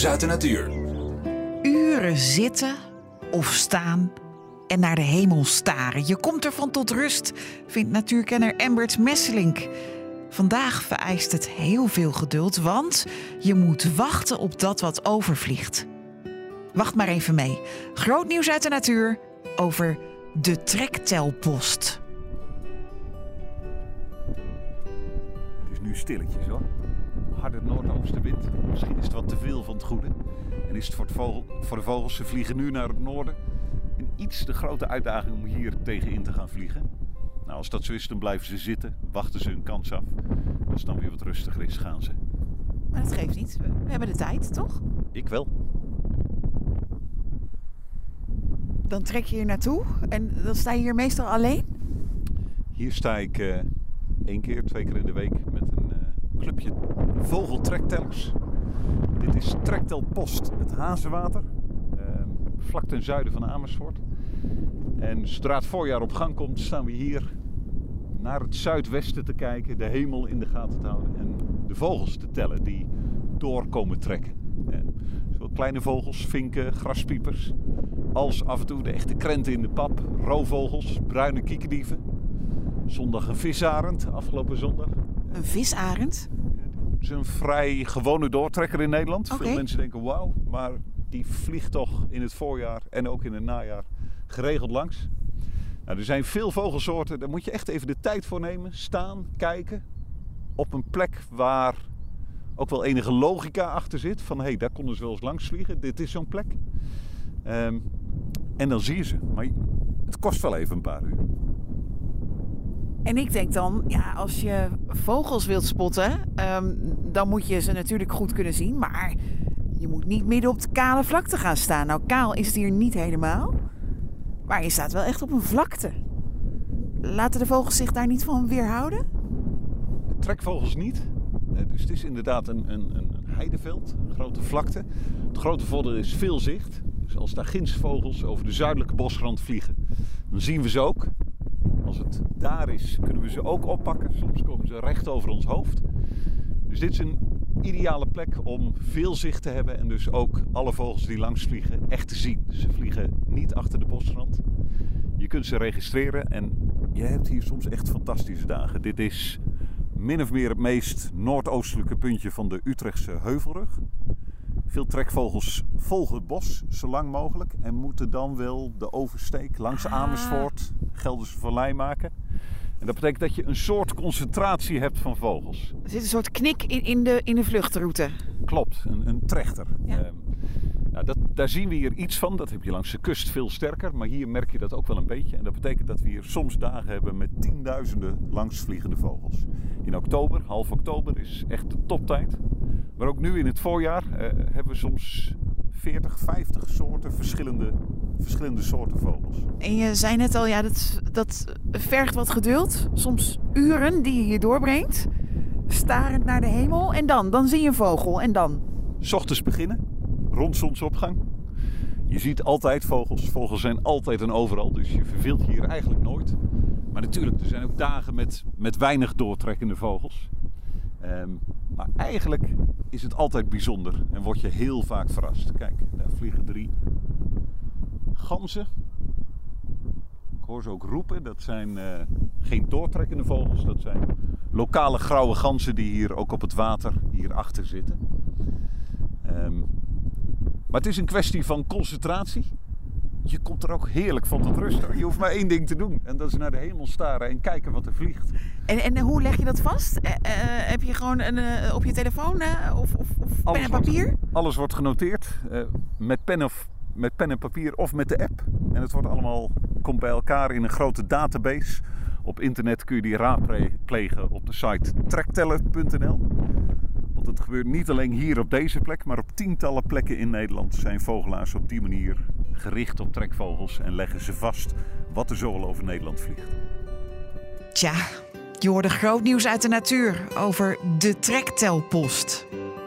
nieuws uit de natuur. Uren zitten of staan en naar de hemel staren. Je komt ervan tot rust, vindt natuurkenner Embert Messelink. Vandaag vereist het heel veel geduld, want je moet wachten op dat wat overvliegt. Wacht maar even mee. Groot nieuws uit de natuur over de trektelpost. Het is nu stilletjes hoor. Harde noordoostenwind. Misschien is het wat te veel van het goede. En is het voor de vogels, ze vliegen nu naar het noorden. Een iets te grote uitdaging om hier tegenin te gaan vliegen. Nou, als dat zo is, dan blijven ze zitten, wachten ze hun kans af. Als het dan weer wat rustiger is, gaan ze. Maar dat geeft niet. We hebben de tijd, toch? Ik wel. Dan trek je hier naartoe en dan sta je hier meestal alleen? Hier sta ik 2 keer in de week met een clubje vogeltrektellers. Dit is Trektelpost het Hazenwater, vlak ten zuiden van Amersfoort. En zodra het voorjaar op gang komt, staan we hier naar het zuidwesten te kijken, de hemel in de gaten te houden en de vogels te tellen die doorkomen trekken. Zowel kleine vogels, vinken, graspiepers, als af en toe de echte krenten in de pap, roofvogels, bruine kiekerdieven. Zondag een visarend, afgelopen zondag. Een visarend? Het is een vrij gewone doortrekker in Nederland. Okay. Veel mensen denken wauw, maar die vliegt toch in het voorjaar en ook in het najaar geregeld langs. Nou, er zijn veel vogelsoorten, daar moet je echt even de tijd voor nemen. Staan, kijken, op een plek waar ook wel enige logica achter zit. Van hé, daar konden ze wel eens langs vliegen, dit is zo'n plek. En dan zie je ze, maar het kost wel even een paar uur. En ik denk dan, ja, als je vogels wilt spotten, dan moet je ze natuurlijk goed kunnen zien. Maar je moet niet midden op de kale vlakte gaan staan. Nou, kaal is het hier niet helemaal. Maar je staat wel echt op een vlakte. Laten de vogels zich daar niet van weerhouden? Trekvogels niet. Dus het is inderdaad een heideveld, een grote vlakte. Het grote voordeel is veel zicht. Dus als daar ginds vogels over de zuidelijke bosrand vliegen, dan zien we ze ook. Als het daar is, kunnen we ze ook oppakken. Soms komen ze recht over ons hoofd. Dus dit is een ideale plek om veel zicht te hebben en dus ook alle vogels die langs vliegen echt te zien. Ze vliegen niet achter de bosrand. Je kunt ze registreren en je hebt hier soms echt fantastische dagen. Dit is min of meer het meest noordoostelijke puntje van de Utrechtse Heuvelrug. Veel trekvogels volgen het bos zo lang mogelijk en moeten dan wel de oversteek langs Amersfoort, Gelderse Vallei maken. En dat betekent dat je een soort concentratie hebt van vogels. Er zit een soort knik in de vluchtroute. Klopt, een trechter. Ja. Daar zien we hier iets van. Dat heb je langs de kust veel sterker. Maar hier merk je dat ook wel een beetje. En dat betekent dat we hier soms dagen hebben met tienduizenden langsvliegende vogels. In oktober, half oktober, is echt de toptijd. Maar ook nu in het voorjaar hebben we soms 40, 50 soorten verschillende soorten vogels. En je zei net al, ja, dat vergt wat geduld. Soms uren die je hier doorbrengt. Starend naar de hemel. En dan zie je een vogel. En dan? 's Ochtends beginnen, rond zonsopgang. Je ziet altijd vogels. Vogels zijn altijd en overal. Dus je verveelt je hier eigenlijk nooit. Maar natuurlijk, er zijn ook dagen met weinig doortrekkende vogels. Maar eigenlijk is het altijd bijzonder en word je heel vaak verrast. Kijk, daar vliegen 3 ganzen. Ik hoor ze ook roepen. Dat zijn geen doortrekkende vogels. Dat zijn lokale grauwe ganzen die hier ook op het water hierachter zitten. Maar het is een kwestie van concentratie. Je komt er ook heerlijk van tot rust. Je hoeft maar 1 ding te doen. En dat is naar de hemel staren en kijken wat er vliegt. En hoe leg je dat vast? Heb je gewoon op je telefoon of pen en papier? Alles wordt genoteerd. Met pen en papier of met de app. En het komt bij elkaar in een grote database. Op internet kun je die raadplegen op de site trekteller.nl. Want het gebeurt niet alleen hier op deze plek, maar op tientallen plekken in Nederland zijn vogelaars op die manier gericht op trekvogels en leggen ze vast wat er zoal over Nederland vliegt. Tja, je hoorde groot nieuws uit de natuur over de trektelpost.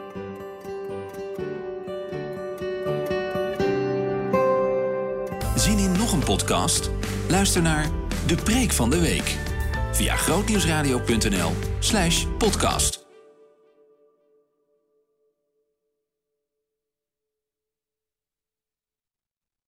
Zin in nog een podcast? Luister naar De Preek van de Week via grootnieuwsradio.nl/podcast.